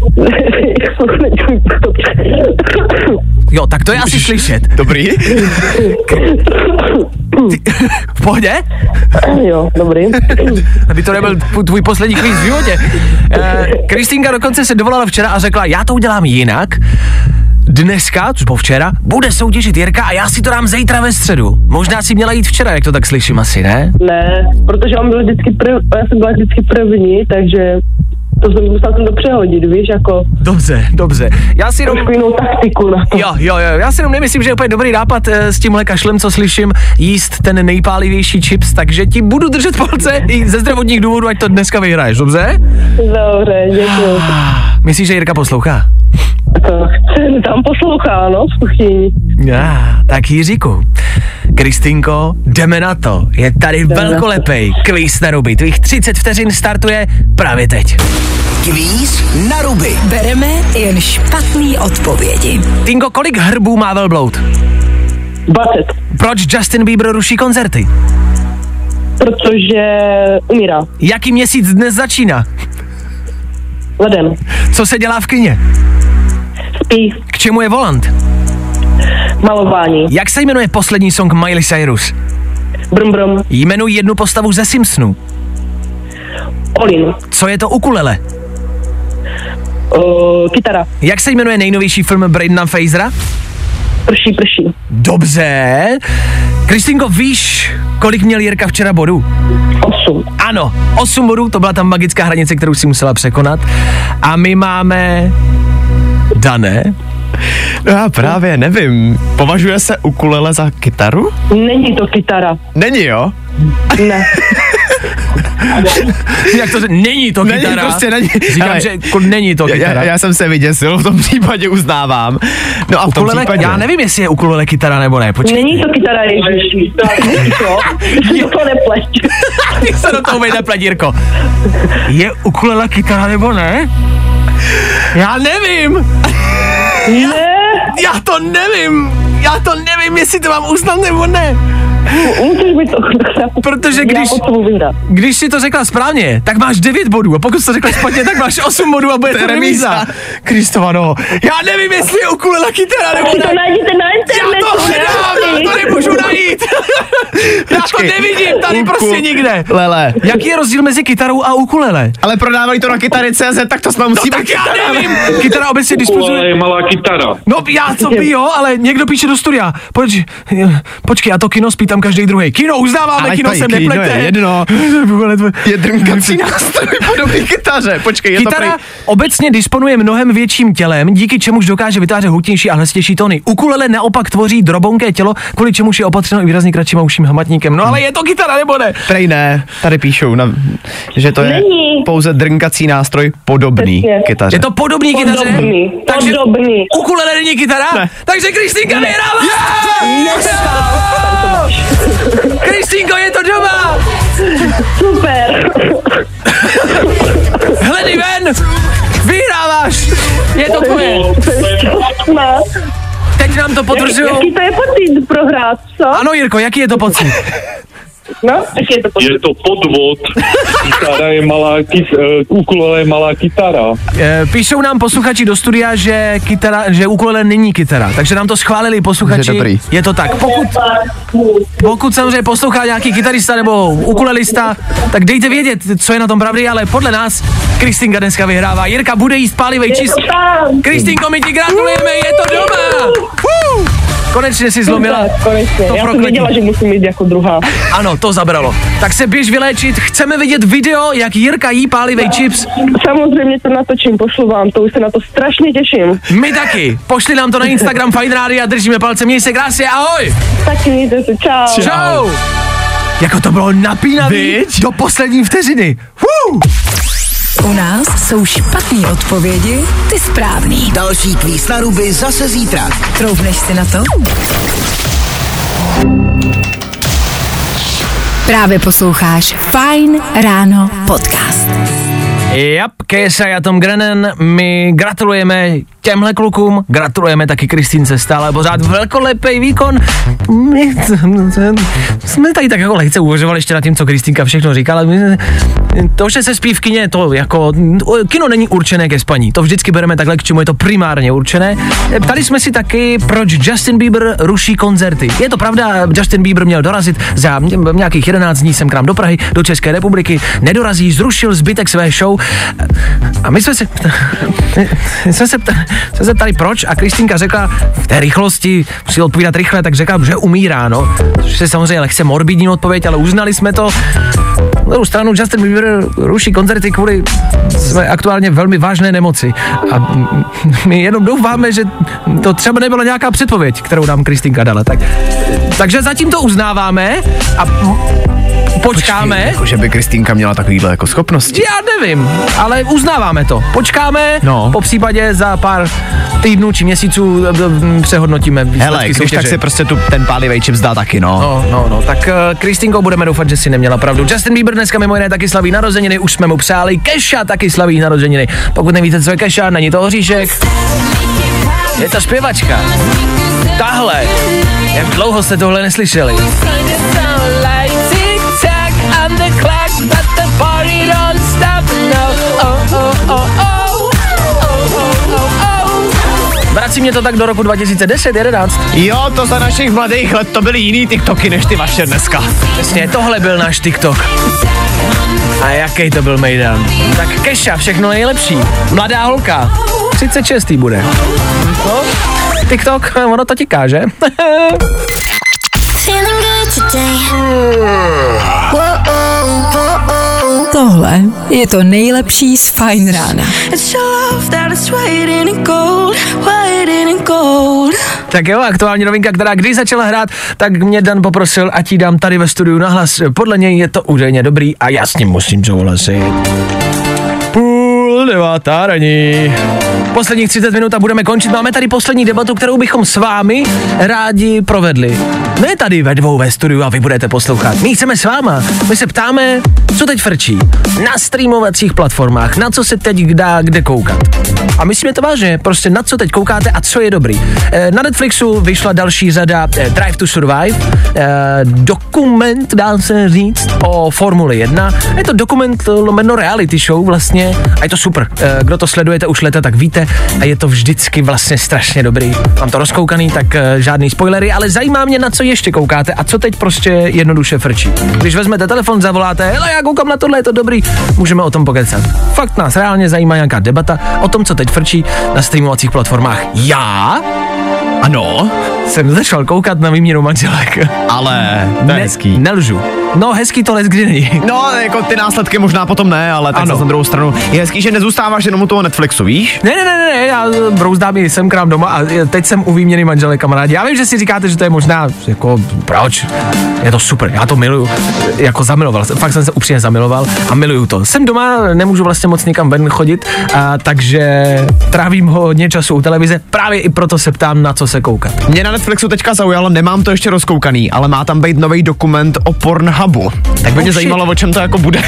Jo, tak to je asi slyšet. Dobrý? V pohodě? Jo, dobrý. Aby to nebyl tvůj poslední kvíz v životě. Kristýnka dokonce se dovolala včera a řekla, já to udělám jinak. Dneska, což bylo včera, bude soutěžit Jirka a já si to dám zítra ve středu. Možná si měla jít včera, jak to tak slyším asi, ne? Ne, protože on byl vždycky já jsem byla vždycky první, takže musel jsem to přehodit, víš, jako... Dobře. Já si jenom... jinou taktiku na to. Jo, já si jenom nemyslím, že je úplně dobrý nápad s tímhle kašlem, co slyším, jíst ten nejpálivější chips, takže ti budu držet palce i ze zdravotních důvodů, ať to dneska vyhraješ, dobře? Dobře, děkuji. Myslíš, že Jirka poslouchá? Tam poslouchá, no, v kuchyni. Tak Jiříku, Kristýnko, jdeme na to. Je tady velkolepej kvíz na ruby. Tvých 30 vteřin startuje právě teď. Kvíz na ruby. Bereme jen špatný odpovědi. Tinko, kolik hrbů má velbloud? 20. Proč Justin Bieber ruší koncerty? Protože umírá. Jaký měsíc dnes začíná? Leden. Co se dělá v kině? Spí. K čemu je volant? Malování. Jak se jmenuje poslední song Miley Cyrus? Brum brum. Jmenuj jednu postavu ze Simpsonů. Olin. Co je to ukulele? Kytara. Jak se jmenuje nejnovější film Bradena Frasera? Prší. Dobře. Kristýnko, víš, kolik měl Jirka včera bodů? 8. Ano, 8 bodů, to byla ta magická hranice, kterou si musela překonat. A my máme... Dané? No já právě nevím. Považuje se ukulele za kytaru? Není to kytara. Není, jo? Ne. Jak to, že není to kytara? Není, prostě není. Říkám, Ale že není to kytara. Já jsem se vyděsil, v tom případě uznávám. No a v tom ukulele, případě... já nevím, jestli je ukulele kytara nebo ne, počkej. Není to kytara, ježiši. Ty to nepleť. Ty se do toho vejde pleť, Jirko. Je ukulele kytara nebo ne? Já nevím. Ne. Já to nevím, jestli to mám uznat nebo ne. Musíš být to. Protože Já když si to řekla správně, tak máš 9 bodů a pokud jsi to řekla špatně, tak máš 8 bodů a bude to remíza. Kristova, no. Já nevím, jestli je ukulele kytara nebo to ne. najděte na internetu. Já to hledám, já to nemůžu najít. Já to nevidím tady prostě nikde. Lele. Jaký je rozdíl mezi kytarou a ukulele? Ale prodávali to na kytary.cz, tak to snad musí No být tak kytara. já nevím. Kytara obecně disponuje. je malá kytara. No já co by jo, ale někdo píše do studia. Počkej, a to kino spí tam každý druhý. Kino, uznáváme, Ale kino tady se kino neplete. je jedno. Je drnkací nástroj podobný kytaře. Počkej, je Kytara to prý... obecně disponuje mnohem větším tělem, díky čemuž dokáže vytvářet hutnější a hlastější tóny. Ukulele naopak tvoří drobonké tělo, kvůli čemuž je opatřeno i výrazně kratším a užším hmatníkem. No ale je to kytara nebo ne? Prej ne, tady píšou, že to je Není. pouze drnkací nástroj podobný Přesně. kytaře. Je to podobný kytaře? Takže Podobný. ukulele není kytara? Ne. Takže Kristýnka vyhrává! Kristýnko, je to doma! Super. Hledej ven! Vyhráváš! Je to tvoje! No. Teď nám to potvrzují. Jaký to je pocit prohrát, co? Ano, Jirko, jaký je to pocit? No, jaký je to pocit? Je to podvod. Kytara je malá, ukulele je malá kytara. Píšou nám posluchači do studia, že ukulele není kytara, takže nám to schválili posluchači. Dobrý. Je to tak. Pokud samozřejmě poslouchá nějaký kytarista nebo ukulelista, tak dejte vědět, co je na tom pravdy, ale podle nás Kristýnka dneska vyhrává. Jirka bude jíst pálivej čist. Kristýnko, my ti gratulujeme, je to doma! Konečně si zlomila. Konečně. To Já jsem prokletí. věděla, že musím jít jako druhá. Ano, to zabralo. Tak se běž vyléčit, chceme vidět video, jak Jirka jí pálivej chips. Samozřejmě to natočím, pošlu vám, to už se na to strašně těším. My taky. Pošli nám to na Instagram Fajn Rádia, držíme palce, měj se krásně, ahoj. Taky mějte se, čau. Čau. Jako to bylo napínavý do poslední vteřiny. U nás jsou špatný odpovědi, ty správný. Další kvíz na ruby zase zítra. Troufneš si na to? Právě posloucháš Fajn ráno podcast. Jap, Késa a Tom Grennan, my gratulujeme těmhle klukům, gratulujeme taky Kristýnce, stále pořád velkolepý výkon. My jsme tady tak jako lehce uvažovali ještě nad tím, co Kristýnka všechno říkala. To, že se spí v kině, to jako, kino není určené ke spaní, to vždycky bereme takhle, k čemu je to primárně určené. Ptali jsme si taky, proč Justin Bieber ruší koncerty. Je to pravda, Justin Bieber měl dorazit za nějakých 11 dní sem k nám do Prahy, do České republiky, nedorazí, zrušil zbytek své show a my jsme se ptali proč a Kristýnka řekla v té rychlosti, musí odpovídat rychle, tak řekla, že umírá, no. Což je samozřejmě lehce morbidní odpověď, ale uznali jsme to. Na druhou stranu Justin Bieber ruší koncerty kvůli své aktuálně velmi vážné nemoci. A my jenom doufáme, že to třeba nebyla nějaká předpověď, kterou nám Kristýnka dala. Takže zatím to uznáváme a počkáme. Jako, že by Kristýnka měla takovýhle jako schopnosti. Já nevím, ale uznáváme to. Počkáme, No. po případě za pár týdnů či měsíců přehodnotíme výsledky Hele, když soutěže. tak si prostě ten pálivej čip zdá taky, no. No, tak Kristýnko, budeme doufat, že si neměla pravdu. Justin Bieber dneska mimo jiné taky slaví narozeniny, už jsme mu přáli. Kesha taky slaví narozeniny. Pokud nevíte, co je Kesha, není to oříšek. Je to zpěvačka. Tahle. Jak dlouho jste tohle neslyšeli? Vrací mě to tak do roku 2010-11. Jo, to za našich mladých let to byly jiný TikToky než ty vaše dneska. Přesně, tohle byl náš TikTok. A jaký to byl mejdan. Tak Keša, všechno nejlepší. Mladá holka. 36. bude. No, TikTok, ono to tiká, že? Tohle je to nejlepší z Fajn rána. Tak jo, aktuální novinka, která když začala hrát, tak mě Dan poprosil, ať ji dám tady ve studiu nahlas. Podle něj je to údajně dobrý a já s ním musím souhlasit. 8:30 ranní. Posledních 30 minut a budeme končit. Máme tady poslední debatu, kterou bychom s vámi rádi provedli. Ne tady ve dvou ve studiu a vy budete poslouchat. My chceme s váma. My se ptáme, co teď frčí. Na streamovacích platformách, na co se teď dá kde koukat. A myslíme to vážně, prostě na co teď koukáte a co je dobrý. Na Netflixu vyšla další řada Drive to Survive, dokument, dá se říct, o Formuli 1. Je to dokument lomeno reality show vlastně a je to super. Kdo to sledujete už leta, tak víte a je to vždycky vlastně strašně dobrý. Mám to rozkoukaný, tak žádný spoilery, ale zajímá mě, na co ještě koukáte a co teď prostě jednoduše frčí. Když vezmete telefon, zavoláte, hele, já koukám na tohle, je to dobrý, můžeme o tom pokecat. Fakt nás reálně zajímá nějaká debata o tom, co teď frčí na streamovacích platformách. Já? Ano, jsem začal koukat na výměnu manželek. Ale to je hezký. Nelžu. No hezký to leckdy není. No, jako ty následky možná potom ne, ale tak na druhou stranu je hezký, že nezůstáváš jenom u toho Netflixu, víš? Ne, já brouzdám i sem k nám doma a teď jsem u výměny manželek, kamarádi. Já vím, že si říkáte, že to je možná, jako, proč? Je to super, já to miluju, jako zamiloval, fakt jsem se upřímně zamiloval a miluju to. Jsem doma, nemůžu vlastně moc nikam ven chodit, takže trávím hodně času u televize, právě i proto se ptám, na co se koukat. Mě na Netflixu teďka zaujalo, nemám to ještě rozkoukaný, ale má tam být nový dokument o Pornhubu. Tak by mě zajímalo, o čem to jako bude.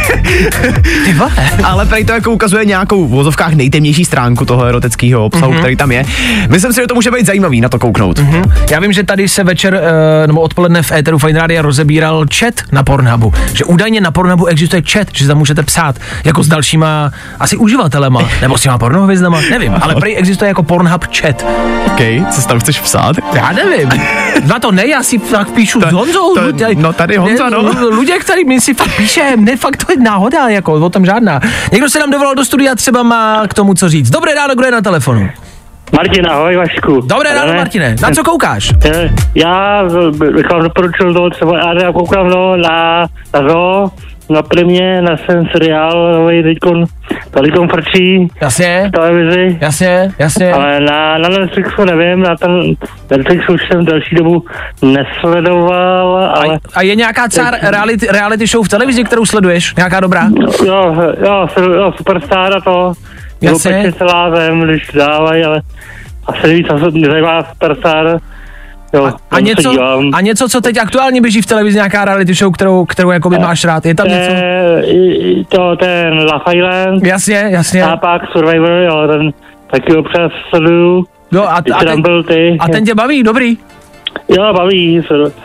Ty vole. Ale prej to jako ukazuje nějakou v vozovkách nejtemnější stránku toho erotického obsahu, který tam je. Myslím si, že to může být zajímavý na to kouknout. Já vím, že tady se večer nebo odpoledne v éteru Fajn Rádia rozebíral chat na Pornhubu. Že údajně na Pornhubu existuje chat, že tam můžete psát jako s dalšíma asi uživatelema, nebo s těma pornohvězdama, nevím, ale prej existuje jako Pornhub chat. OK, co tam chceš psát? Já nevím. Na to ne, já si tak píšu s Honzou. No tady Honza, no. Lidé, který mi si fakt píše, ne, fakt to je náhoda, jako o tom žádná. Někdo se nám dovolal do studia, třeba má k tomu co říct. Dobré ráno, kdo je na telefonu? Martin, ahoj Vašku. Dobré ráno, Martine. Na co koukáš? Já bych vám doporučil to třeba, já koukám na na Primě, na ten seriál, teďkon frčí. Jasně. V televizi. Jasně. Ale na Netflixu nevím, na ten Netflix už jsem další dobu nesledoval, ale... A je nějaká reality show v televizi, kterou sleduješ? Nějaká dobrá? Jo, Superstar a to. Jasně. Celá zem, když dávají, ale asi nevíc, co mě zajímá Superstar. Jo, a něco, co teď aktuálně běží v televizi, nějaká reality show, kterou jakoby máš rád, je tam něco? Ten Love Island. Jasně. A pak Survivor, jo, ten taky občas sleduju. Jo, a ten tě baví, dobrý? Jo, baví,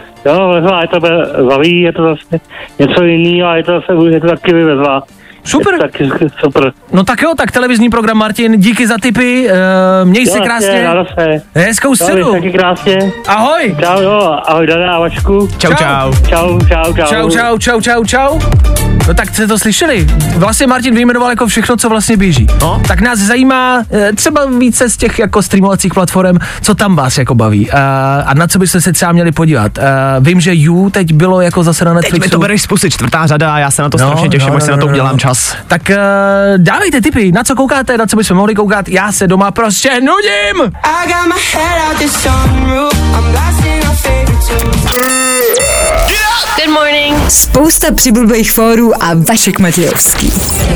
je to zase něco jiného a je to taky vyvezla. Super. Super. No tak jo, tak televizní program Martin, díky za tipy, měj se krásně. Hezkou středu. Taky krásně. Ahoj. Čau, jo, ahoj Dana a Vašku. Čau. No tak jste to slyšeli. Vlastně Martin vyjmenoval jako všechno, co vlastně běží. No. Tak nás zajímá třeba více z těch jako streamovacích platform, co tam vás jako baví a na co byste se třeba měli podívat. Vím, že teď bylo jako zase na Netflixu. Teď mi to bereš spustit, 4. řada a já se na to strašně těším, až se na to udělám čas. Tak dávejte tipy, na co koukáte, na co bychom mohli koukat, já se doma prostě nudím! Good morning. Spousta přibulbých fórů a Vašek Matějovský.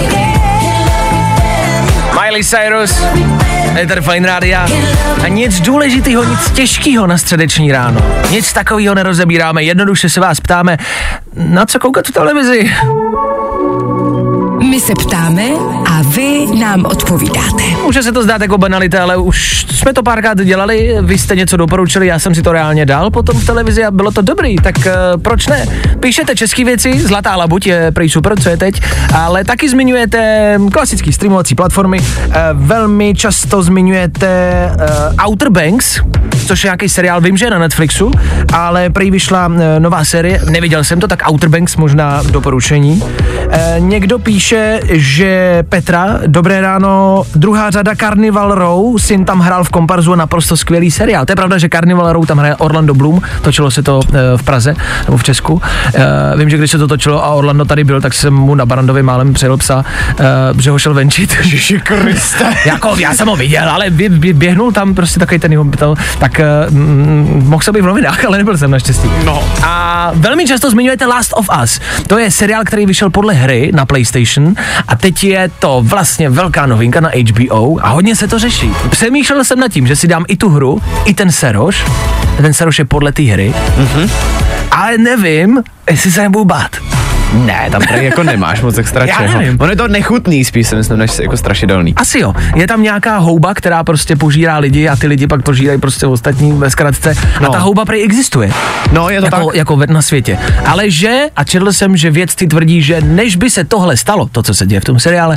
Miley Cyrus, éter Fajn Rádia a nic důležitého, nic těžkého na středeční ráno. Nic takového nerozebíráme, jednoduše se vás ptáme, na co koukat v televizi. My se ptáme a a vy nám odpovídáte. Může se to zdát jako banalita, ale už jsme to párkrát dělali, vy jste něco doporučili, já jsem si to reálně dal potom v televizi a bylo to dobrý, tak proč ne? Píšete české věci, Zlatá labuť je prej super, co je teď, ale taky zmiňujete klasický streamovací platformy, velmi často zmiňujete Outer Banks, což je nějaký seriál, vím, že je na Netflixu, ale prej vyšla nová série, neviděl jsem to, tak Outer Banks možná doporučení. Někdo píše, že Petra, dobré ráno, druhá řada Carnival Row, syn tam hrál v komparzu, naprosto skvělý seriál. To je pravda, že Carnival Row tam hraje Orlando Bloom, točilo se to v Praze nebo v Česku. Vím, že když se to točilo a Orlando tady byl, tak jsem mu na Barandovi málem přijel psa, že ho šel venčit. Ježiši Kriste. Jako, já jsem ho viděl, ale běhnul tam prostě takový ten jeho bytel, tak mohl se být v novinách, ale nebyl jsem naštěstí. No. A velmi často zmiňujete Last of Us. To je seriál, který vyšel podle hry na PlayStation a teď je to vlastně velká novinka na HBO a hodně se to řeší. Přemýšlel jsem nad tím, že si dám i tu hru, i ten seroš. Ten seroš je podle té hry. Ale nevím, jestli se nebudu bát. Ne, tam tady jako nemáš moc extra čeho. On je to nechutný spíš, si myslím, než jako strašidelný. Asi jo. Je tam nějaká houba, která prostě požírá lidi a ty lidi pak požírají prostě ostatní ve zkratce. No. A ta houba prý existuje. No, je to jako, tak. Jako na světě. Ale a četl jsem, že vědci tvrdí, že než by se tohle stalo, to, co se děje v tom seriále,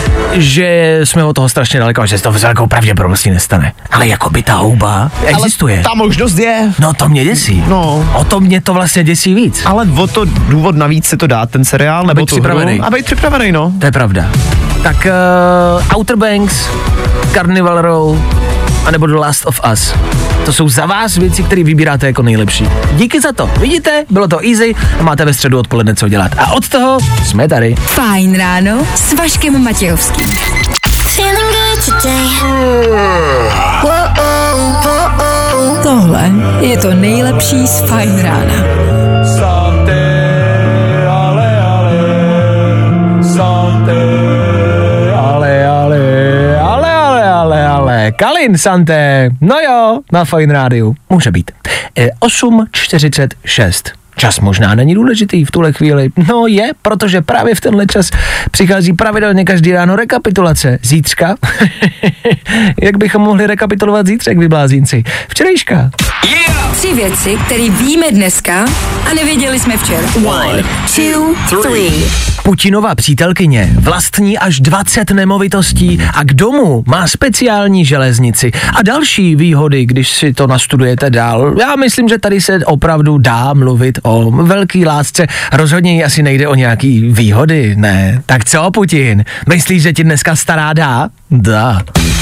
že jsme od toho strašně daleko, že se to velkou pravděpodobností nestane. Ale jako by ta houba existuje. Ale ta možnost je. No to mě děsí. No. O to mě to vlastně děsí víc. Ale o to důvod navíc se to dá ten seriál, nebo tu hru. A být připravený, no. To je pravda. Tak Outer Banks, Carnival Row, anebo The Last of Us. To jsou za vás věci, které vybíráte jako nejlepší. Díky za to. Vidíte, bylo to easy a máte ve středu odpoledne co dělat. A od toho jsme tady. Fajn ráno s Vaškem Matějovským. Tohle je to nejlepší z Fajn rána. Kalin Santé, no jo, na Fajn rádiu, může být. 8:46. Čas možná není důležitý v tuhle chvíli. No je, protože právě v tenhle čas přichází pravidelně každý ráno rekapitulace. Zítřka? Jak bychom mohli rekapitulovat zítřek, vy blázínci? Včerejška. Yeah! 3 věci, které víme dneska a nevěděli jsme včera. 1, 2, 3. Putinova přítelkyně vlastní až 20 nemovitostí a k domu má speciální železnici a další výhody, když si to nastudujete dál. Já myslím, že tady se opravdu dá mluvit o velký lásce. Rozhodně asi nejde o nějaký výhody, ne? Tak co, Putin? Myslíš, že ti dneska stará dá? Dá.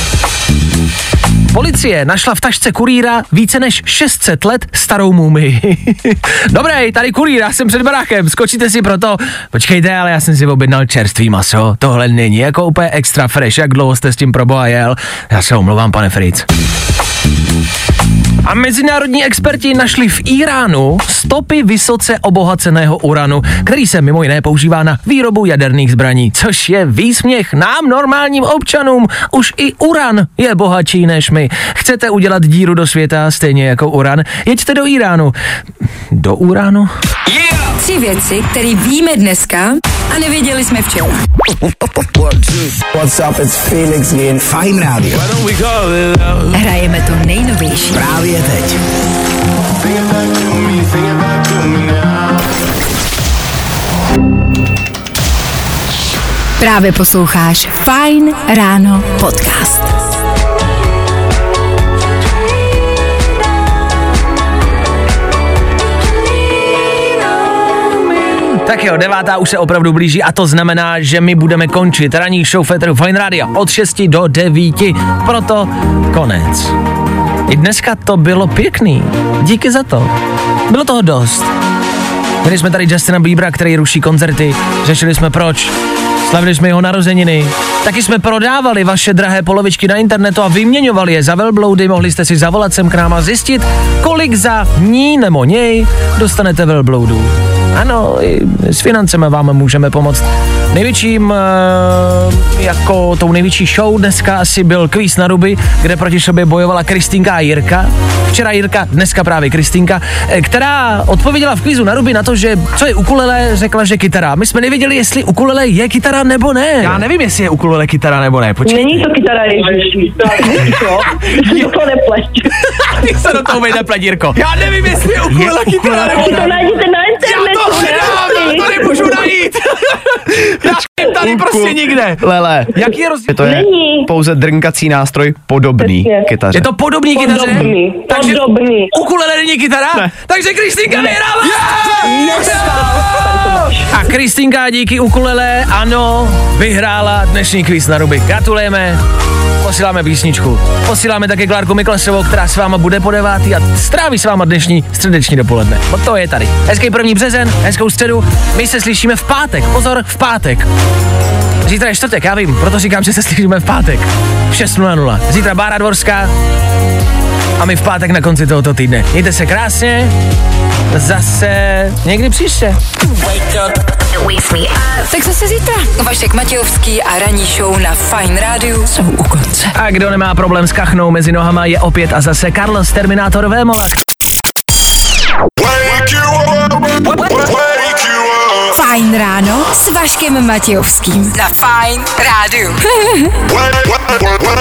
Policie našla v tašce kurýra více než 600 let starou mumii. Dobrý, tady kurýr, já jsem před barákem, skočíte si proto. Počkejte, ale já jsem si objednal čerstvý maso. Tohle není jako úplně extra fresh, jak dlouho jste s tím proboha jel. Já se omlouvám, pane Fritz. A mezinárodní experti našli v Íránu stopy vysoce obohaceného uranu, který se mimo jiné používá na výrobu jaderných zbraní, což je výsměch nám, normálním občanům. Už i uran je bohatší než my. Chcete udělat díru do světa stejně jako uran? Jeďte do Íránu. Do Uránu? Yeah! 3 věci, které víme dneska a nevěděli jsme včera. What's up, it's Felix in Fajn rádio. Hrajeme to nejnovější. Právě teď. Právě posloucháš Fajn ráno podcast. Tak jo, 9. už se opravdu blíží a to znamená, že my budeme končit ranní show Féteru Fajn rádia od 6 do 9. Proto konec. I dneska to bylo pěkný. Díky za to. Bylo toho dost. Měli jsme tady Justina Biebera, který ruší koncerty. Řešili jsme proč. Slavili jsme jeho narozeniny. Taky jsme prodávali vaše drahé polovičky na internetu a vyměňovali je za velbloudy. Mohli jste si zavolat sem k nám a zjistit, kolik za ní nebo něj dostanete velbloudů. Ano, i s financemi vám můžeme pomoct. Největším, jako tou největší show dneska asi byl kvíz na ruby, kde proti sobě bojovala Kristýnka a Jirka. Včera Jirka, dneska právě Kristýnka, která odpověděla v kvízu na ruby na to, že co je ukulele, řekla, že kytara. My jsme nevěděli, jestli ukulele je kytara nebo ne. Já nevím, jestli je ukulele kytara nebo ne, počkej. Není to kytara, ježiši. To nepleť. Ty se do toho nepleť, Jirko. Já nevím, jestli je ukulele kytara nebo To ne. najděte na Já to internetu. hledám, já to nemůžu najít. Já tady prostě nikde. Lele, Jaký je rozdíl? to je Není. pouze drnkací nástroj podobný Přesně. kytaře. Je to podobný kytaře? Podobný. Ukulele není kytara? Ne. Takže Kristýnka vyhrála! A Kristýnka díky ukulele, ano, vyhrála dnešní kvíz na ruby. Gratulujeme. Posíláme písničku. Posíláme také Klárku Miklasovou, která s váma bude po 9. a stráví s váma dnešní středeční dopoledne. Bo to je tady. Hezký 1. březen, hezkou středu. My se slyšíme v pátek. Pozor, v pátek. Zítra je čtvrtek, já vím, proto říkám, že se slyšíme v pátek. V 6:00. Zítra Bára Dvorská a my v pátek na konci tohoto týdne. Mějte se krásně. Zase někdy příště. Tak zase zítra. Vašek Matějovský a ranní show na Fajn rádiu jsou u konce. A kdo nemá problém s kachnou mezi nohama, je opět a zase Carlos Terminátor Vémola. Fajn ráno s Vaškem Matějovským. Na Fajn rádiu.